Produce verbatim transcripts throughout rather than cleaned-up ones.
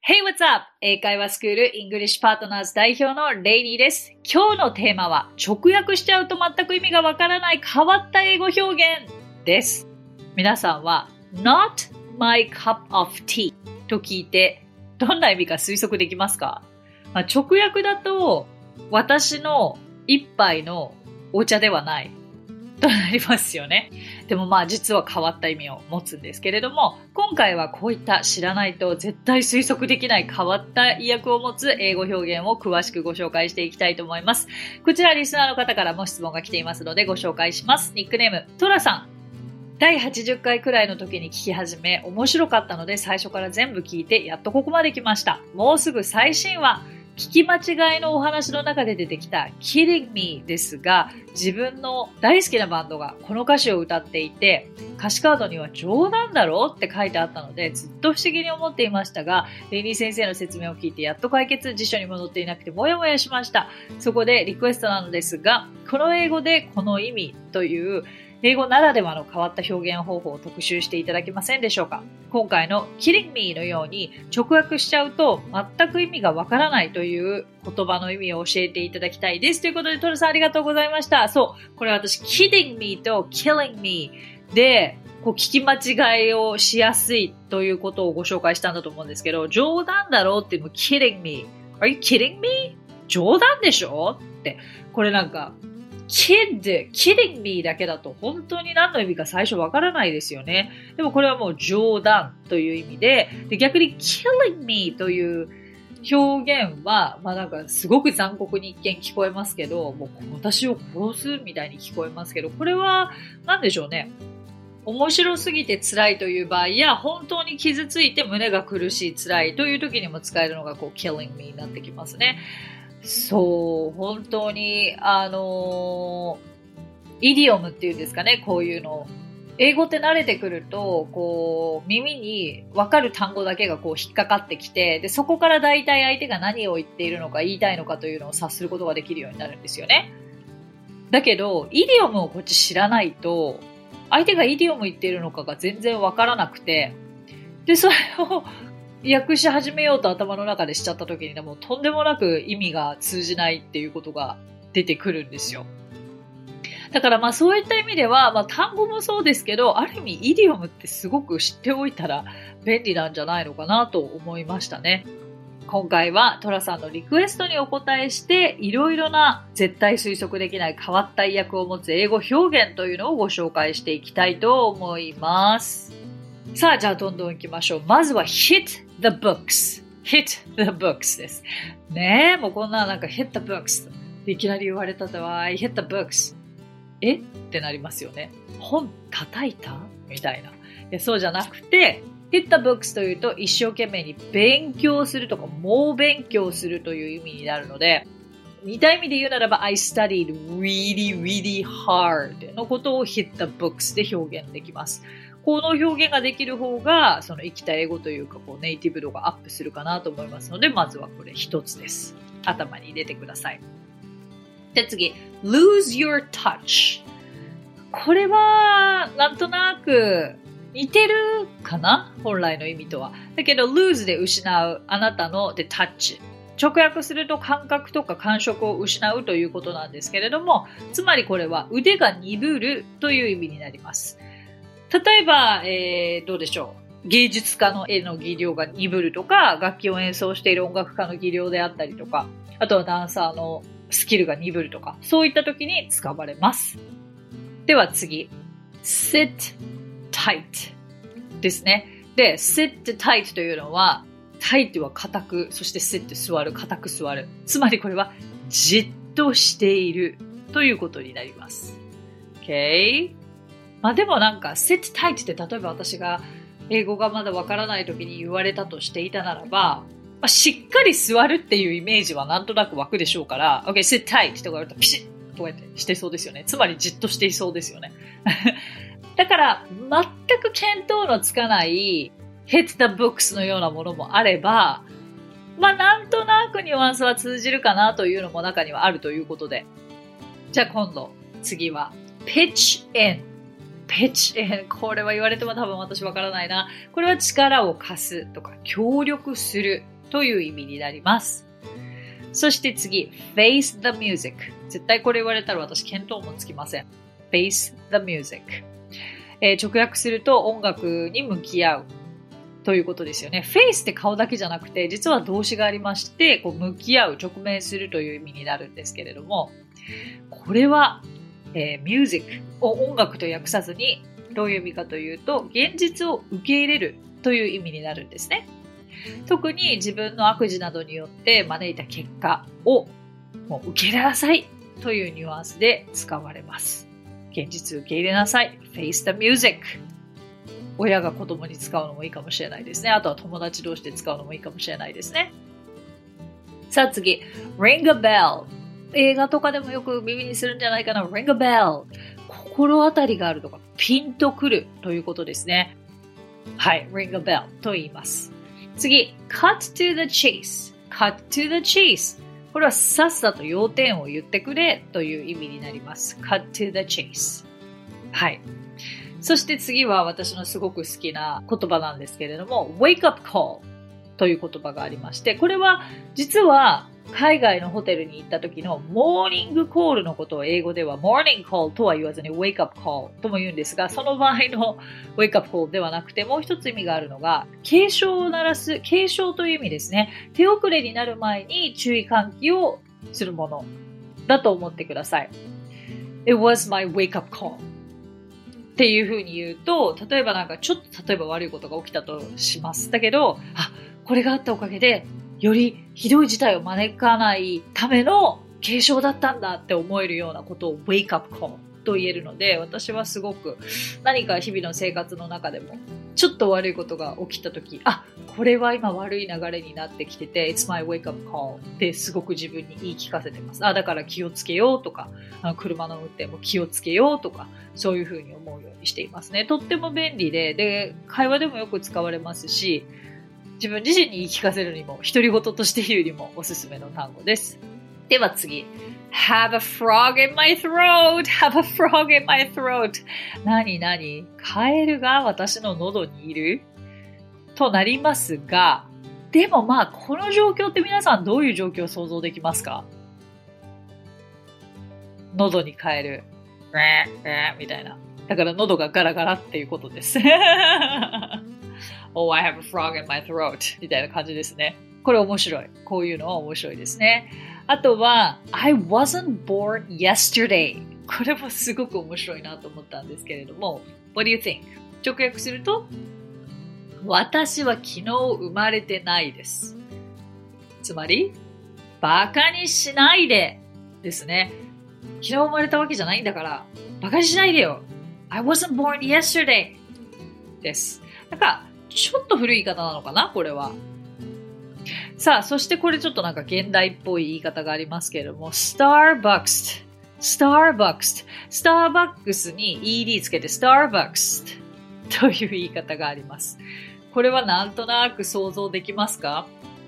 Hey, what's up? 英会話スクールイングリッシュパートナーズ代表のレイニーです。今日のテーマは直訳しちゃうと全く意味がわからない変わった英語表現です。皆さんは not my cup of tea と聞いてどんな意味か推測できますか？まあ、直訳だと私の一杯のお茶ではないとなりますよね。でもまあ実は変わった意味を持つんですけれども、今回はこういった知らないと絶対推測できない変わった意訳を持つ英語表現を詳しくご紹介していきたいと思います。こちらリスナーの方からも質問が来ていますのでご紹介します。ニックネームトラさん。だいはちじゅっかいくらいの時に聞き始め、面白かったので最初から全部聞いてやっとここまで来ました。もうすぐ最新話。聞き間違いのお話の中で出てきた Kidding Me ですが、自分の大好きなバンドがこの歌詞を歌っていて、歌詞カードには冗談だろうって書いてあったのでずっと不思議に思っていましたが、レイニー先生の説明を聞いてやっと解決、辞書にも載っていなくてもやもやしました。そこでリクエストなのですが、この英語でこの意味という英語ならではの変わった表現方法を特集していただけませんでしょうか。今回の Kidding Me のように直訳しちゃうと全く意味がわからないという言葉の意味を教えていただきたいです。ということでトルさんありがとうございました。そう、これ私 Kidding Me と Killing Me でこう聞き間違いをしやすいということをご紹介したんだと思うんですけど、冗談だろうっていうの Kidding Me Are you kidding me? 冗談でしょってこれなんかkid, kidding me だけだと本当に何の意味か最初わからないですよね。でもこれはもう冗談という意味で、で逆に killing me という表現は、まあなんかすごく残酷に一見聞こえますけど、もう私を殺すみたいに聞こえますけど、これは何でしょうね。面白すぎて辛いという場合や、本当に傷ついて胸が苦しい辛いという時にも使えるのがこう killing me になってきますね。そう、本当に、あのー、イディオムっていうんですかね、こういうの。英語って慣れてくると、こう、耳に分かる単語だけがこう引っかかってきて、で、そこから大体相手が何を言っているのか言いたいのかというのを察することができるようになるんですよね。だけど、イディオムをこっち知らないと、相手がイディオム言っているのかが全然分からなくて、で、それを、訳し始めようと頭の中でしちゃった時にね、もうとんでもなく意味が通じないっていうことが出てくるんですよ。だからまあそういった意味では、まあ単語もそうですけど、ある意味イディオムってすごく知っておいたら便利なんじゃないのかなと思いましたね。今回はトラさんのリクエストにお答えして、いろいろな絶対推測できない変わった意訳を持つ英語表現というのをご紹介していきたいと思います。さあ、じゃあどんどん行きましょう。まずは hit the books。hit the books です。ねえ、もうこんななんか hit the books いきなり言われたとは hit the books。えってなりますよね。本叩いたみたいな。いや、そうじゃなくて、hit the books というと一生懸命に勉強するとか、猛勉強するという意味になるので、似た意味で言うならば I studied really, really hard のことを hit the books で表現できます。この表現ができる方が、その生きた英語というか、こうネイティブ度がアップするかなと思いますので、まずはこれ一つです。頭に入れてください。で、次、lose your touch。これは、なんとなく、似てるかな？本来の意味とは。だけど、lose で失う、あなたの、で、touch。直訳すると感覚とか感触を失うということなんですけれども、つまりこれは腕が鈍るという意味になります。例えば、えー、どうでしょう。芸術家の絵の技量が鈍るとか、楽器を演奏している音楽家の技量であったりとか、あとはダンサーのスキルが鈍るとか、そういった時に使われます。では次、sit tight ですね。で、sit tight というのは、tight は固く、そして sit 座る、固く座る。つまりこれは、じっとしているということになります。OK？まあでもなんか sit tight って例えば私が英語がまだわからない時に言われたとしていたならば、まあ、しっかり座るっていうイメージはなんとなく湧くでしょうから、OK, sit tight とか言われたらピシッとこうやってしてそうですよね。つまりじっとしていそうですよね。だから全く見当のつかない hit the books のようなものもあれば、まあなんとなくニュアンスは通じるかなというのも中にはあるということで。じゃあ今度次は pitch in。pitch in。これは言われても多分私わからないな。これは力を貸すとか協力するという意味になります。そして次、face the music。絶対これ言われたら私見当もつきません。face the music。えー、直訳すると音楽に向き合うということですよね。face って顔だけじゃなくて、実は動詞がありまして、こう向き合う、直面するという意味になるんですけれども、これは、えー、music を音楽と訳さずに、どういう意味かというと、現実を受け入れるという意味になるんですね。特に自分の悪事などによって招いた結果をもう受け入れなさいというニュアンスで使われます。現実受け入れなさい。face the music。親が子供に使うのもいいかもしれないですね。あとは友達同士で使うのもいいかもしれないですね。さあ次、ring a bell。映画とかでもよく耳にするんじゃないかな。ring a bell。心当たりがあるとか、ピンとくるということですね。はい、ring a bell と言います。次、cut to the chase。cut to the chase。これはさっさと要点を言ってくれという意味になります。cut to the chase。はい。そして次は私のすごく好きな言葉なんですけれども、wake up call という言葉がありまして、これは実は海外のホテルに行った時のモーニングコールのことを英語ではモーニングコールとは言わずに wake up call とも言うんですが、その場合の wake up call ではなくてもう一つ意味があるのが警鐘を鳴らす、警鐘という意味ですね。手遅れになる前に注意喚起をするものだと思ってください。It was my wake up call っていう風に言うと、例えばなんかちょっと例えば悪いことが起きたとします。だけど、あ、これがあったおかげでよりひどい事態を招かないための警鐘だったんだって思えるようなことを wake up call と言えるので、私はすごく何か日々の生活の中でもちょっと悪いことが起きたとき、あ、これは今悪い流れになってきてて It's my wake up call ってすごく自分に言い聞かせてます。あ、だから気をつけようとか、あの車の運転も気をつけようとか、そういうふうに思うようにしていますね。とっても便利で、で、会話でもよく使われますし、自分自身に言い聞かせるにも、独り言として言うにもおすすめの単語です。では次。Have a frog in my throat! Have a frog in my throat! 何何カエルが私の喉にいるとなりますが、でもまあ、この状況って皆さんどういう状況を想像できますか？喉にカエル。みたいな。だから喉がガラガラっていうことです。Oh, I have a frog in my throat みたいな感じですね。これ面白い。こういうのは面白いですね。あとは I wasn't born yesterday これもすごく面白いなと思ったんですけれども What do you think? 直訳すると私は昨日生まれてないです。つまりバカにしないでですね。昨日生まれたわけじゃないんだからバカにしないでよ。I wasn't born yesterday です。なんかちょっと古い言い方なのかなこれは。さあ、そしてこれちょっとなんか現代っぽい言い方がありますけれども、Starbucks、Starbucks、Starbucks に イーディー つけて Starbucks という言い方があります。これはなんとなく想像できますか？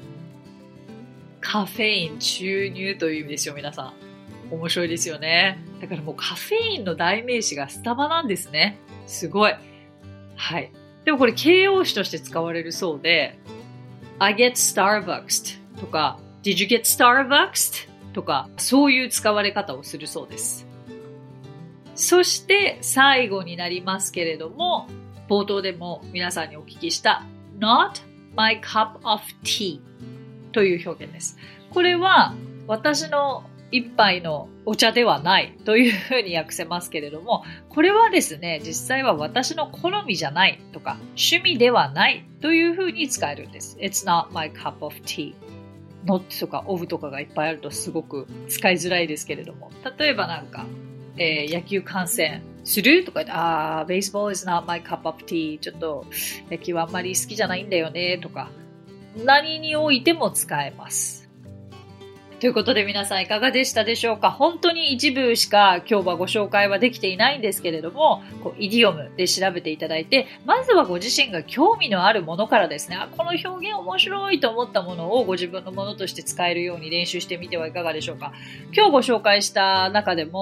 カフェイン注入という意味ですよ、皆さん。面白いですよね。だからもうカフェインの代名詞がスタバなんですね。すごい。はい。でもこれ形容詞として使われるそうで、I get Starbucks とか Did you get Starbucks? とかそういう使われ方をするそうです。そして最後になりますけれども、冒頭でも皆さんにお聞きした Not my cup of tea という表現です。これは私の一杯のお茶ではないというふうに訳せますけれども、これはですね、実際は私の好みじゃないとか、趣味ではないというふうに使えるんです。It's not my cup of tea。not とか of とかがいっぱいあるとすごく使いづらいですけれども、例えばなんか、えー、野球観戦するとか言って、あー、baseball is not my cup of tea。ちょっと野球あんまり好きじゃないんだよねとか、何においても使えます。ということで皆さんいかがでしたでしょうか？本当に一部しか今日はご紹介はできていないんですけれども、こうイディオムで調べていただいて、まずはご自身が興味のあるものからですね、あ、この表現面白いと思ったものをご自分のものとして使えるように練習してみてはいかがでしょうか？今日ご紹介した中でも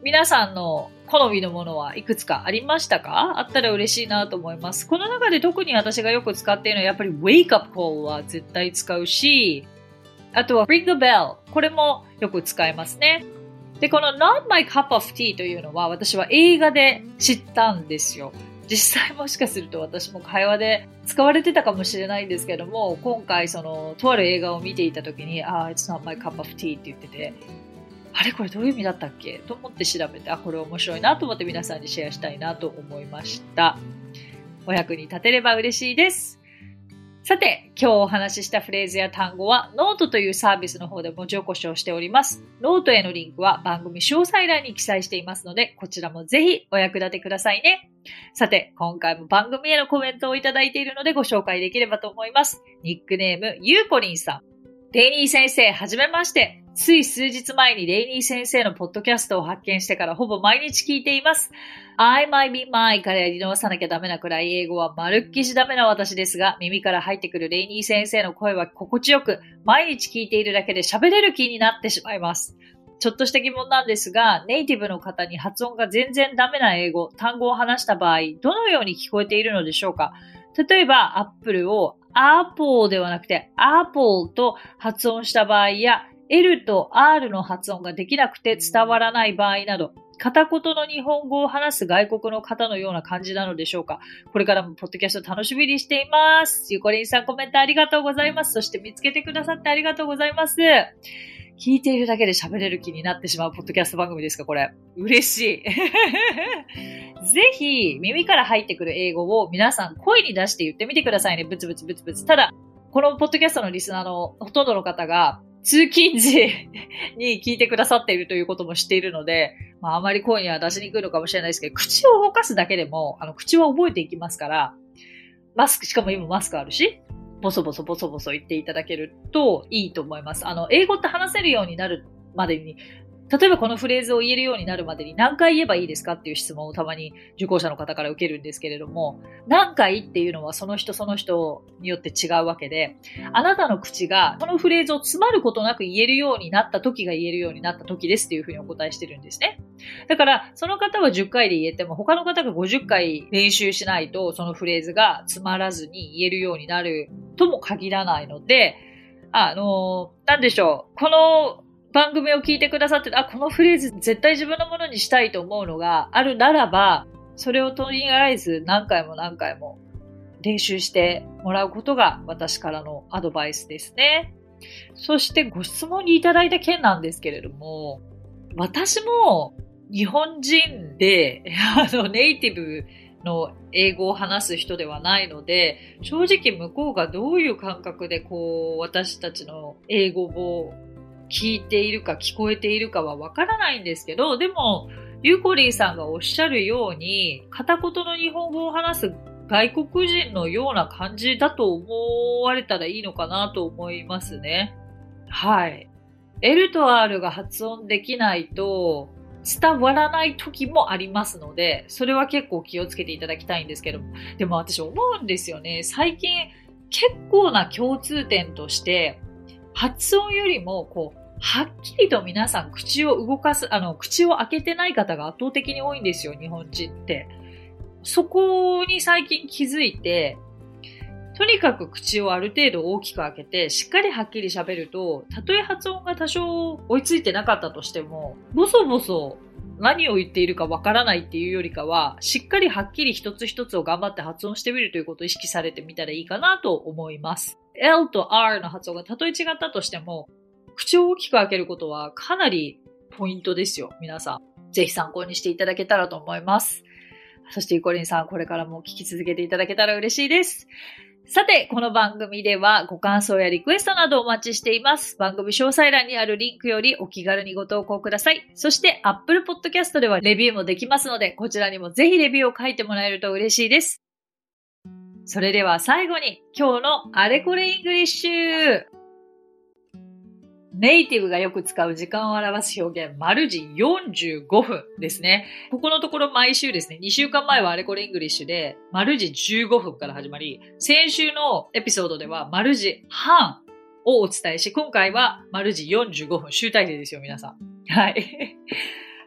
皆さんの好みのものはいくつかありましたか？あったら嬉しいなと思います。この中で特に私がよく使っているのはやっぱり Wake Up Call は絶対使うし、あとは Ring a Bell。これもよく使えますね。で、この Not My Cup of Tea というのは私は映画で知ったんですよ。実際もしかすると私も会話で使われてたかもしれないんですけども、今回そのとある映画を見ていた時に、あ、It's not my cup of tea って言ってて、あれこれどういう意味だったっけと思って調べて、あ、これ面白いなと思って皆さんにシェアしたいなと思いました。お役に立てれば嬉しいです。さて、今日お話ししたフレーズや単語はノートというサービスの方で文字起こしをしております。ノートへのリンクは番組詳細欄に記載していますので、こちらもぜひお役立てくださいね。さて、今回も番組へのコメントをいただいているのでご紹介できればと思います。ニックネーム、ゆうこりんさん。レイニー先生、はじめまして。つい数日前にレイニー先生のポッドキャストを発見してからほぼ毎日聞いています。I might be mine からやり直さなきゃダメなくらい英語はまるっきしダメな私ですが、耳から入ってくるレイニー先生の声は心地よく、毎日聞いているだけで喋れる気になってしまいます。ちょっとした疑問なんですが、ネイティブの方に発音が全然ダメな英語、単語を話した場合、どのように聞こえているのでしょうか？例えば、アップルをアーポーではなくてアーポーと発音した場合や、L と R の発音ができなくて伝わらない場合など、片言の日本語を話す外国の方のような感じなのでしょうか？これからもポッドキャスト楽しみにしています。ゆこりんさんコメントありがとうございます。そして見つけてくださってありがとうございます。聞いているだけで喋れる気になってしまうポッドキャスト番組ですかこれ？嬉しい。ぜひ耳から入ってくる英語を皆さん声に出して言ってみてくださいね。ブツブツブツブツ。ただ、このポッドキャストのリスナーのほとんどの方が通勤時に聞いてくださっているということも知っているので、まああまり声には出しにくいのかもしれないですけど、口を動かすだけでも、あの口は覚えていきますから、マスク、しかも今マスクあるし、ボソボソボソボソ言っていただけるといいと思います。あの、英語って話せるようになるまでに、例えばこのフレーズを言えるようになるまでに何回言えばいいですかっていう質問をたまに受講者の方から受けるんですけれども、何回っていうのはその人その人によって違うわけで、あなたの口がこのフレーズを詰まることなく言えるようになった時が言えるようになった時ですっていうふうにお答えしてるんですね。だからその方はじゅっかいで言えても他の方がごじゅっかい練習しないとそのフレーズが詰まらずに言えるようになるとも限らないので、あの、なんでしょう、この番組を聞いてくださって、あ、このフレーズ絶対自分のものにしたいと思うのがあるならば、それをとりあえず何回も何回も練習してもらうことが私からのアドバイスですね。そしてご質問にいただいた件なんですけれども、私も日本人であのネイティブの英語を話す人ではないので、正直向こうがどういう感覚でこう私たちの英語を聞いているか聞こえているかはわからないんですけど、でもゆうこりんさんがおっしゃるように片言の日本語を話す外国人のような感じだと思われたらいいのかなと思いますね。はい。L と R が発音できないと伝わらない時もありますので、それは結構気をつけていただきたいんですけども、でも私思うんですよね。最近結構な共通点として発音よりもこうはっきりと皆さん口を動かす、あの、口を開けてない方が圧倒的に多いんですよ、日本人って。そこに最近気づいて、とにかく口をある程度大きく開けて、しっかりはっきり喋ると、たとえ発音が多少追いついてなかったとしても、ボソボソ何を言っているかわからないっていうよりかは、しっかりはっきり一つ一つを頑張って発音してみるということを意識されてみたらいいかなと思います。L と R の発音がたとえ違ったとしても、口を大きく開けることはかなりポイントですよ。皆さん、ぜひ参考にしていただけたらと思います。そしてゆこりんさん、これからも聞き続けていただけたら嬉しいです。さて、この番組ではご感想やリクエストなどお待ちしています。番組詳細欄にあるリンクよりお気軽にご投稿ください。そして Apple Podcast ではレビューもできますので、こちらにもぜひレビューを書いてもらえると嬉しいです。それでは最後に今日のあれこれイングリッシュ。ネイティブがよく使う時間を表す表現、丸時よんじゅうごふんですね。ここのところ毎週ですね、にしゅうかんまえはあれこれイングリッシュで、丸時じゅうごふんから始まり、先週のエピソードでは丸時半をお伝えし、今回は丸時よんじゅうごふん、集大成ですよ、皆さん。はい。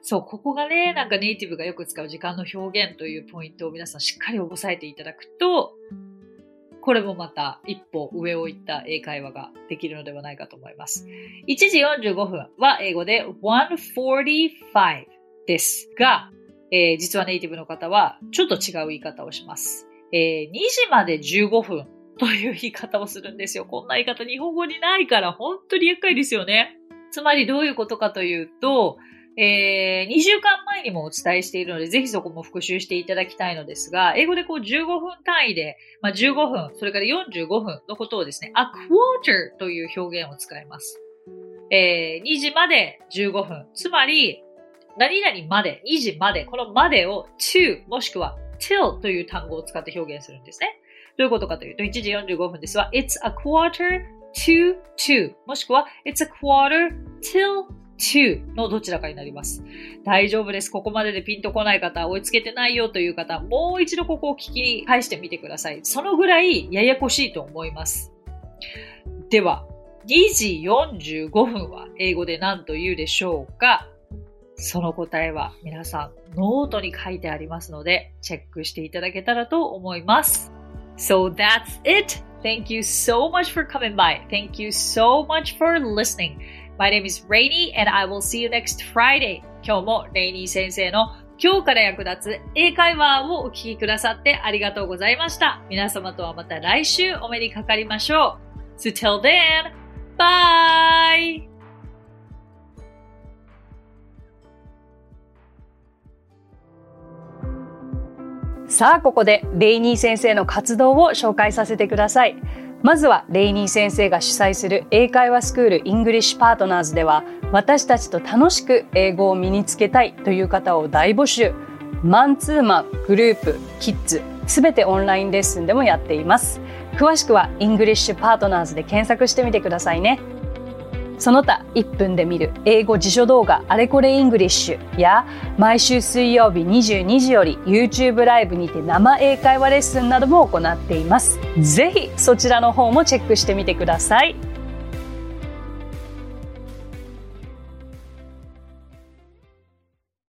そう、ここがね、なんかネイティブがよく使う時間の表現というポイントを皆さんしっかり押さえていただくと、これもまた一歩上を行った英会話ができるのではないかと思います。いちじよんじゅうごふんは英語でいちよんじゅうごですが、えー、実はネイティブの方はちょっと違う言い方をします。えー、にじまでじゅうごふんという言い方をするんですよ。こんな言い方日本語にないから本当に厄介ですよね。つまりどういうことかというと、えー、にしゅうかんまえにもお伝えしているので、ぜひそこも復習していただきたいのですが、英語でこうじゅうごふん単位で、まあ、じゅうごふん、それからよんじゅうごふんのことをですね、a quarter という表現を使います。えー、にじまでじゅうごふん、つまり、何々まで、にじまで、このまでを to もしくは till という単語を使って表現するんですね。どういうことかというと、いちじよんじゅうごふんですが、it's a quarter to two もしくは it's a quarter till two のどちらかになります。大丈夫です。ここまででピンとこない方、追いつけてないよという方、もう一度ここを聞き返してみてください。そのぐらいややこしいと思います。では、にじよんじゅうごふんは英語で何と言うでしょうか？その答えは皆さんノートに書いてありますので、チェックしていただけたらと思います。So that's it. Thank you so much for coming by. Thank you so much for listening.My name is Rainy and I will see you next Friday. 今日もレイニー先生の今日から役立つ英会話をお聞きくださってありがとうございました。皆様とはまた来週お目にかかりましょう。So till then, bye! さあ、ここでレイニー先生の活動を紹介させてください。まずはレイニー先生が主催する英会話スクールイングリッシュパートナーズでは、私たちと楽しく英語を身につけたいという方を大募集。マンツーマン、グループ、キッズ、すべてオンラインレッスンでもやっています。詳しくはイングリッシュパートナーズで検索してみてくださいね。その他いっぷんで見る英語辞書動画あれこれイングリッシュや毎週水曜日にじゅうにじより YouTube ライブにて生英会話レッスンなども行っています。ぜひそちらの方もチェックしてみてください。